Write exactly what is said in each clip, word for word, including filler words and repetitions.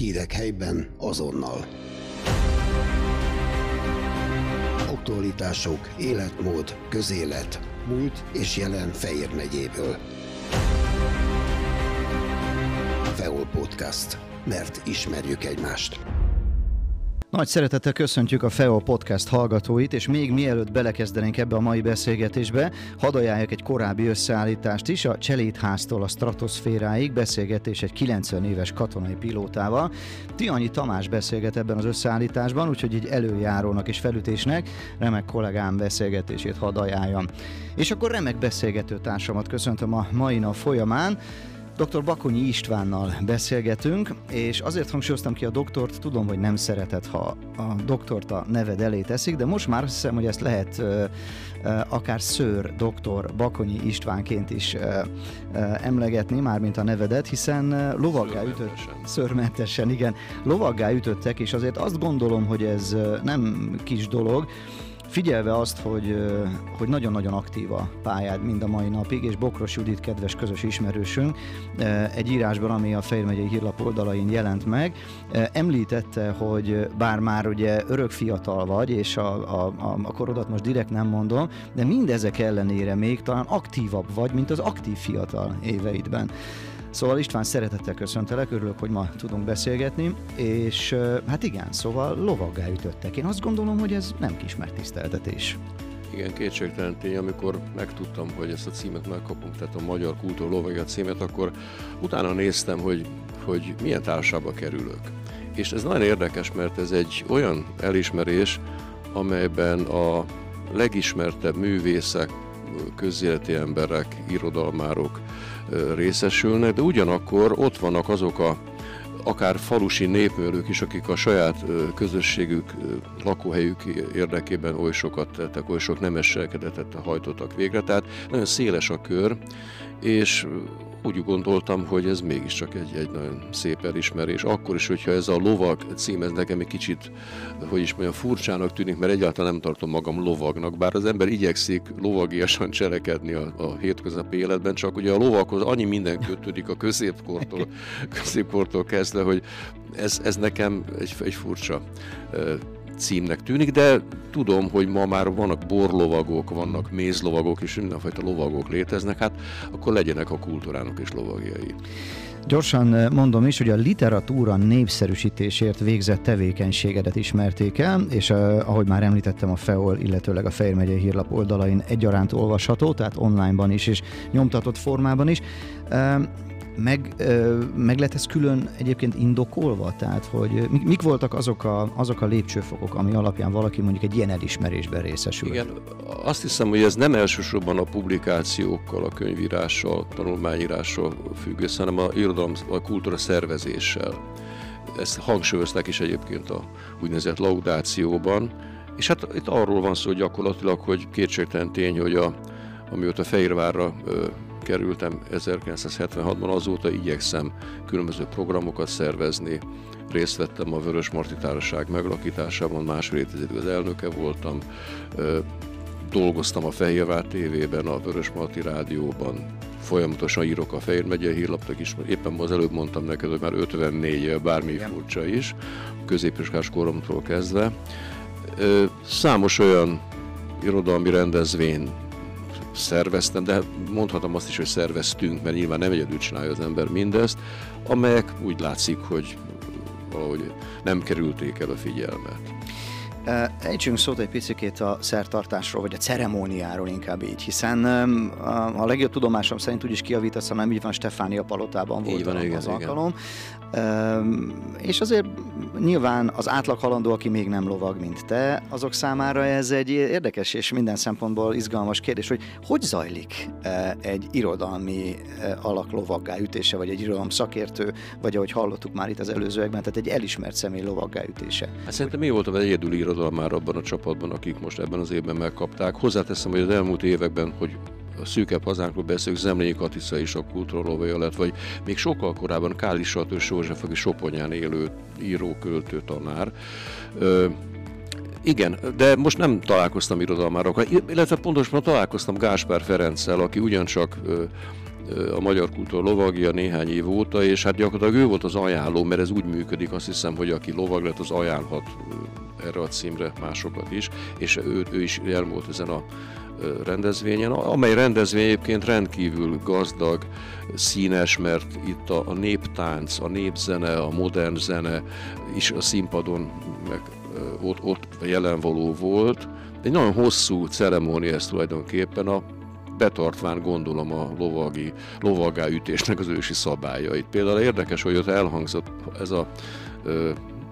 Hírek helyben azonnal. Aktualitások, életmód, közélet, múlt és jelen Fejér megyéből. Feol Podcast, mert ismerjük egymást. Nagy szeretettel köszöntjük a Feol Podcast hallgatóit, és még mielőtt belekezdenénk ebbe a mai beszélgetésbe, hadd ajánljak egy korábbi összeállítást is, a Cselédháztól a stratoszféráig beszélgetés egy kilencven éves katonai pilótával. Tihanyi Tamás beszélget ebben az összeállításban, úgyhogy így előjárónak és felütésnek remek kollégám beszélgetését hadd ajánljam. És akkor remek beszélgető társamat köszöntöm a mai nap folyamán. doktor Bakonyi Istvánnal beszélgetünk, és azért hangsúlyoztam ki a doktort, tudom, hogy nem szereted, ha a doktort a neved elé teszik, de most már azt hiszem, hogy ezt lehet ö, ö, akár Szőr doktor Bakonyi Istvánként is ö, ö, emlegetni, mármint a nevedet, hiszen lovaggá ütött, szőrmentesen, igen, lovaggá ütöttek, és azért azt gondolom, hogy ez nem kis dolog, figyelve azt, hogy, hogy nagyon-nagyon aktív a pályád mind a mai napig, és Bokros Judit kedves közös ismerősünk egy írásban, ami a Fejér megyei hírlap oldalain jelent meg, említette, hogy bár már ugye örök fiatal vagy, és a, a, a korodat most direkt nem mondom, de mindezek ellenére még talán aktívabb vagy, mint az aktív fiatal éveidben. Szóval István, szeretettel köszöntelek, örülök, hogy ma tudunk beszélgetni, és hát igen, szóval lovaggá ütöttek. Én azt gondolom, hogy ez nem kis megtiszteltetés. Igen, kétségtelen tény, amikor megtudtam, hogy ezt a címet megkapom, tehát a Magyar Kultúra Lovagja címet, akkor utána néztem, hogy, hogy milyen társaságba kerülök. És ez nagyon érdekes, mert ez egy olyan elismerés, amelyben a legismertebb művészek, közéleti emberek, irodalmárok részesülnek, de ugyanakkor ott vannak azok a akár falusi népművelők is, akik a saját közösségük, lakóhelyük érdekében oly sokat tettek, oly sok nemes cselekedetet hajtottak végre. Tehát nagyon széles a kör, és úgy gondoltam, hogy ez mégiscsak egy, egy nagyon szép elismerés. Akkor is, hogyha ez a lovag cím, ez nekem egy kicsit, hogy is mondjam, furcsának tűnik, mert egyáltalán nem tartom magam lovagnak, bár az ember igyekszik lovagiasan cselekedni a, a hétköznapi életben, csak ugye a lovakhoz annyi minden kötődik a középkortól, középkortól kezdve, hogy ez, ez nekem egy, egy furcsa címnek tűnik, de tudom, hogy ma már vannak borlovagok, vannak mézlovagok, és mindenfajta lovagok léteznek, hát akkor legyenek a kultúrának is lovagjai. Gyorsan mondom is, hogy a literatúra népszerűsítésért végzett tevékenységedet ismerték el, és uh, ahogy már említettem, a Feol, illetőleg a Fejér megyei hírlap oldalain egyaránt olvasható, tehát onlineban is, és nyomtatott formában is. Uh, Meg, meg lett ez külön egyébként indokolva? Tehát, hogy mik, mik voltak azok a, azok a lépcsőfokok, ami alapján valaki mondjuk egy ilyen elismerésben részesül? Igen, azt hiszem, hogy ez nem elsősorban a publikációkkal, a könyvírással, tanulmányírással függ össze, hanem a irodalom, a kultúra szervezéssel. Ezt hangsúlyozták is egyébként a úgynevezett laudációban. És hát itt arról van szó gyakorlatilag, hogy kétségtelen tény, hogy a, amióta Fehérvárra kerültem ezerkilencszázhetvenhatban, azóta igyekszem különböző programokat szervezni. Részt vettem a Vörösmarty Társaság megalakításában, másfél évtizedig az elnöke voltam. Dolgoztam a Fehérvár té vében, a Vörösmarty Rádióban. Folyamatosan írok a Fejér megyei hírlapnak is. Éppen az előbb mondtam neked, hogy már ötvennégy, bármi furcsa is, középiskolás koromtól kezdve. Számos olyan irodalmi rendezvény szerveztem, de mondhatom azt is, hogy szerveztünk, mert nyilván nem egyedül csinálja az ember mindezt, amelyek úgy látszik, hogy valahogy nem kerülték el a figyelmet. Ejtsünk szót egy picikét a szertartásról, vagy a ceremóniáról inkább így, hiszen a legjobb tudomásom szerint úgyis kijavítasz, hanem így van, Stefánia palotában volt van, az igen, alkalom. Igen. És azért nyilván az átlag halandó, aki még nem lovag, mint te, azok számára ez egy érdekes és minden szempontból izgalmas kérdés, hogy hogy zajlik egy irodalmi alak lovaggá ütése, vagy egy irodalom szakértő, vagy ahogy hallottuk már itt az előzőekben, tehát egy elismert személy lovaggá ütése. Hát szerintem mi voltam egy egyedüli irodalmár abban a csapatban, akik most ebben az évben megkapták. Hozzáteszem, hogy az elmúlt években, hogy a szűkebb hazánkról beszélünk, Zemlényi Katica is a kultúralovaja lett, vagy még sokkal korábban Káli Sartős József, aki Soponyán élő író, költő, tanár. Ö, igen, de most nem találkoztam irodalmárokkal, illetve pontosan találkoztam Gáspár Ferenccel, aki ugyancsak ö, a Magyar Kultúra lovagja néhány év óta, és hát gyakorlatilag ő volt az ajánló, mert ez úgy működik, azt hiszem, hogy aki lovag lett, az ajánlhat erre a címre másokat is, és ő, ő is jelen volt ezen a rendezvényen, amely rendezvény egyébként rendkívül gazdag, színes, mert itt a, a néptánc, a népzene, a modern zene is a színpadon meg ott, ott jelenvaló volt. Egy nagyon hosszú ceremónia ez tulajdonképpen, a betartván gondolom a lovagi, lovagáütésnek az ősi szabályait. Például érdekes, hogy ott elhangzott ez a ö,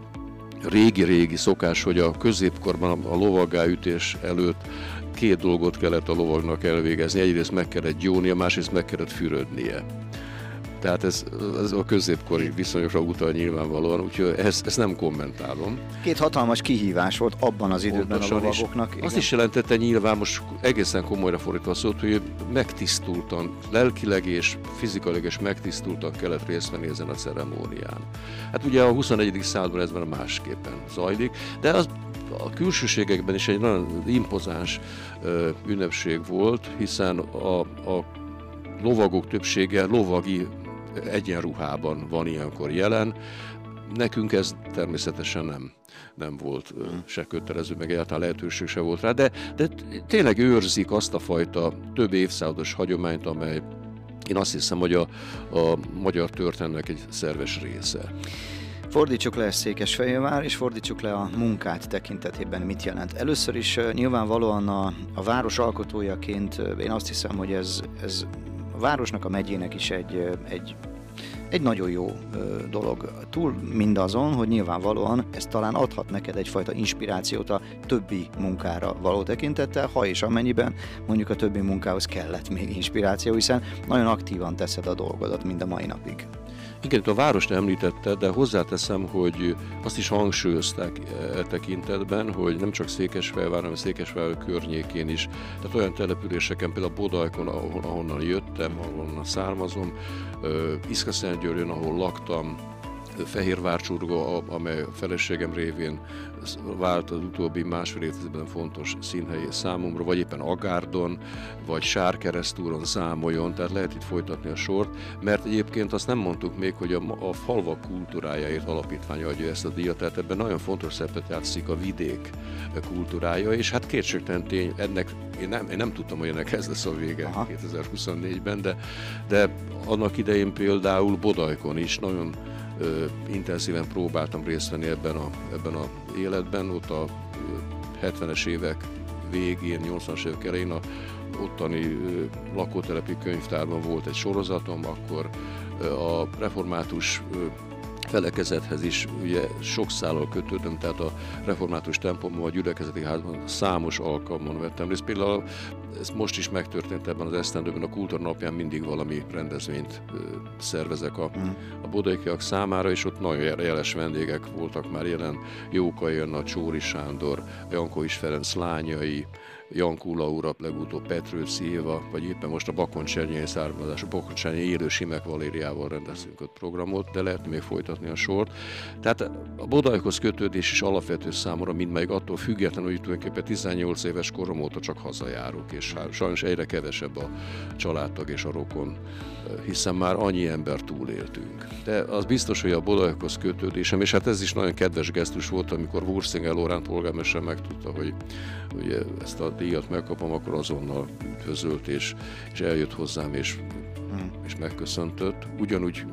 régi-régi szokás, hogy a középkorban a lovagáütés előtt két dolgot kellett a lovagnak elvégezni. Egyrészt meg kellett gyónia, másrészt meg kellett fürödnie. Tehát ez, ez a középkori viszonyokra utal nyilvánvalóan, úgyhogy ezt, ezt nem kommentálom. Két hatalmas kihívás volt abban az időben pontosan, a lovagoknak. Azt is jelentette nyilván, most egészen komolyra fordítva szót, hogy megtisztultan, lelkileg és fizikailag és megtisztultan kellett részt venni ezen a ceremónián. Hát ugye a huszonegyedik században ez már másképpen zajlik, de az a külsőségekben is egy nagyon impozáns ö, ünnepség volt, hiszen a, a lovagok többsége lovagi egyenruhában van ilyenkor jelen. Nekünk ez természetesen nem, nem volt se kötelező, meg egyáltalán lehetőség se volt rá, de, de tényleg őrzik azt a fajta több évszázados hagyományt, amely én azt hiszem, hogy a, a magyar történelmnek egy szerves része. Fordítsuk le Székesfehérvár, és fordítsuk le a munkát tekintetében mit jelent. Először is nyilvánvalóan a, a város alkotójaként én azt hiszem, hogy ez, ez a városnak, a megyének is egy, egy, egy nagyon jó dolog. Túl mindazon, hogy nyilvánvalóan ez talán adhat neked egyfajta inspirációt a többi munkára való tekintettel, ha és amennyiben mondjuk a többi munkához kellett még inspiráció, hiszen nagyon aktívan teszed a dolgodat mind a mai napig. Igen, itt a várost említette, de hozzáteszem, hogy azt is hangsúlyozták e tekintetben, hogy nem csak Székesfehérvár, hanem Székesfehérvár környékén is, tehát olyan településeken, például Bodajkon, ahonnan jöttem, ahonnan származom, Iszkaszentgyörgyön, ahol laktam, Fehérvárcsurgó, amely a feleségem révén vált az utóbbi másfél évtizedben fontos színhely számomra, vagy éppen Agárdon, vagy Sárkeresztúron, Zámolyon, tehát lehet itt folytatni a sort, mert egyébként azt nem mondtuk még, hogy a, a falvak kultúrájáért alapítvány adja ezt a díjat, tehát ebben nagyon fontos szerepet játszik a vidék kultúrája, és hát kétségtelen tény, ennek én nem, én nem tudtam, hogy ennek ez lesz a vége Aha. kétezer-huszonnégyben, de, de annak idején például Bodajkon is nagyon Ö, intenzíven próbáltam részt venni ebben a, ebben a életben, ott a hetvenes évek végén, nyolcvanas évek elején a ottani ö, lakótelepi könyvtárban volt egy sorozatom, akkor ö, a református ö, felekezethez is ugye sok szállal kötődöm, tehát a református templomban, a gyülekezeti házban számos alkalmon vettem részt. Például ez most is megtörtént ebben az esztendőben, a Kultúra napján mindig valami rendezvényt ö, szervezek a, a bodajkiak számára, és ott nagyon jeles vendégek voltak már jelen, Jókai Anna, Csóri Sándor, Jankovics Ferenc lányai, Jankó Laura, legutóbb Petrőci Éva, vagy éppen most a Bakoncsernyi származású Bakoncsernyi élő Simek Valériával rendeztünk ott programot, de lehet még folytatni a sort. Tehát a Bodajkhoz kötődés is alapvető számomra, mindmelyik attól függetlenül, hogy tulajdonképpen tizennyolc éves korom óta csak hazajárok, és sajnos egyre kevesebb a családtag és a rokon, hiszen már annyi ember túléltünk. De az biztos, hogy a Bodajkhoz kötődésem, és hát ez is nagyon kedves gesztus volt, amikor Wurzinger Loránd polgármester megtudta, hogy, hogy ezt a díjat megkapom, akkor azonnal üdvözölt, és, és eljött hozzám, és, hmm. és megköszöntött. Ugyanúgy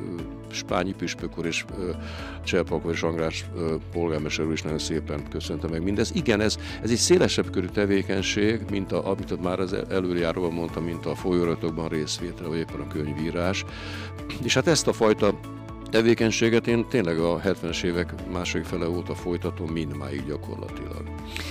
Spányi püspök úr és Cserpalkovics Zsangrás polgármester úr is nagyon szépen köszönte meg mindez. Igen, ez, ez egy szélesebb körű tevékenység, mint a, amit már az előjáróban mondtam, mint a folyóiratokban részvétel, vagy éppen a könyvírás. És hát ezt a fajta tevékenységet én tényleg a hetvenes évek második fele óta folytatom mindmáig gyakorlatilag.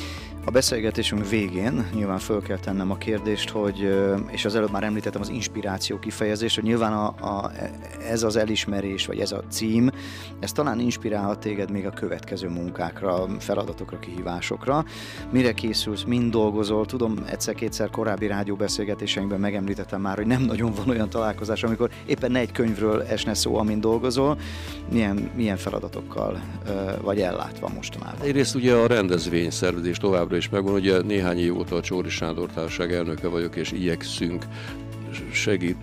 A beszélgetésünk végén nyilván föl kell tennem a kérdést, hogy, és az előbb már említettem az inspiráció kifejezést, hogy nyilván a, a, ez az elismerés, vagy ez a cím, ez talán inspirálhat téged még a következő munkákra, feladatokra, kihívásokra. Mire készülsz, mind dolgozol? Tudom, egyszer-kétszer korábbi rádióbeszélgetéseinkben megemlítettem már, hogy nem nagyon van olyan találkozás, amikor éppen egy könyvről esne szó, amin dolgozol. Milyen, milyen feladatokkal vagy ellátva mostanában? Egyrészt ugye a rendezvény szervezés továbbra is megvan, ugye néhány év óta a Csóri Sándor Társaság elnöke vagyok, és igyekszünk segít,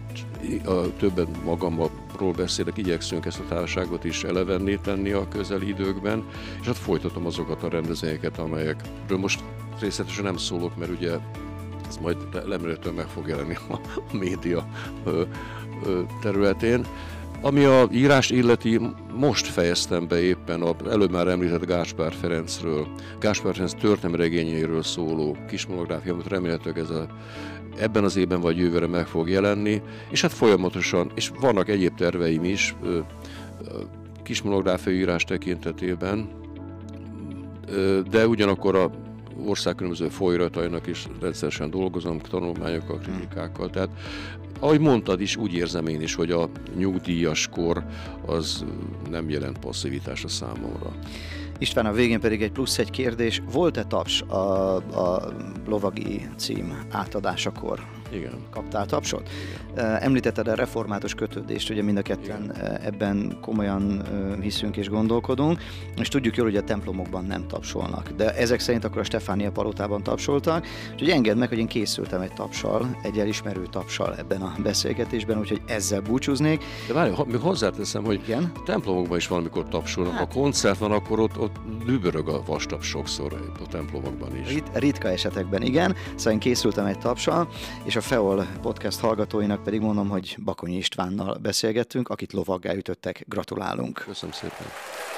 a, többen magamról beszélek, igyekszünk ezt a társaságot is elevenné tenni a közeli időkben, és hát folytatom azokat a rendezvényeket, amelyekről most részletesen nem szólok, mert ugye ez majd lemrétől meg fog jelenni a, a média ö, ö, területén. Ami a írást illeti, most fejeztem be éppen az előbb már említett Gáspár Ferencről, Gáspár Ferenc történelemregényéről szóló kis monográfia, amit remélhetőleg ez a, ebben az évben vagy jövőre meg fog jelenni, és hát folyamatosan, és vannak egyéb terveim is ö, ö, kis monográfia írás tekintetében, ö, de ugyanakkor a ország különböző folyóiratainak is rendszeresen dolgozom, tanulmányokkal, kritikákkal, tehát ahogy mondtad is, úgy érzem én is, hogy a nyugdíjas kor az nem jelent passzivitás a számomra. István, a végén pedig egy plusz egy kérdés. Volt-e taps a, a lovagi cím átadásakor? Igen. Kaptál tapsot? Igen. Említetted a református kötődést, ugye mind a ketten Igen. ebben komolyan hiszünk és gondolkodunk, és tudjuk jól, hogy a templomokban nem tapsolnak, de ezek szerint akkor a Stefánia palotában tapsoltak, úgyhogy engedd meg, hogy én készültem egy tapssal, egy elismerő tapssal ebben a beszélgetésben, úgyhogy ezzel búcsúznék. De várj, még hozzáteszem, hogy Igen? a templomokban is valamikor tapsolnak, hát. Ha koncert van, akkor ott, ott dübörög a vastaps sokszor a templomokban is. Rit- ritka esetekben igen, szóval én készültem egy tapssal, és a Feol podcast hallgatóinak pedig mondom, hogy Bakonyi Istvánnal beszélgettünk, akit lovaggá ütöttek. Gratulálunk! Köszönöm szépen!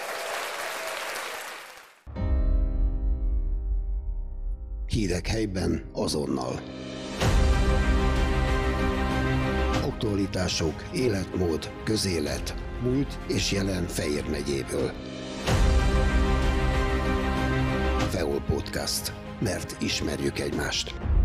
Hírek helyben azonnal. Aktualitások, életmód, közélet, múlt és jelen Fejér megyéből. Feol Podcast, mert ismerjük egymást.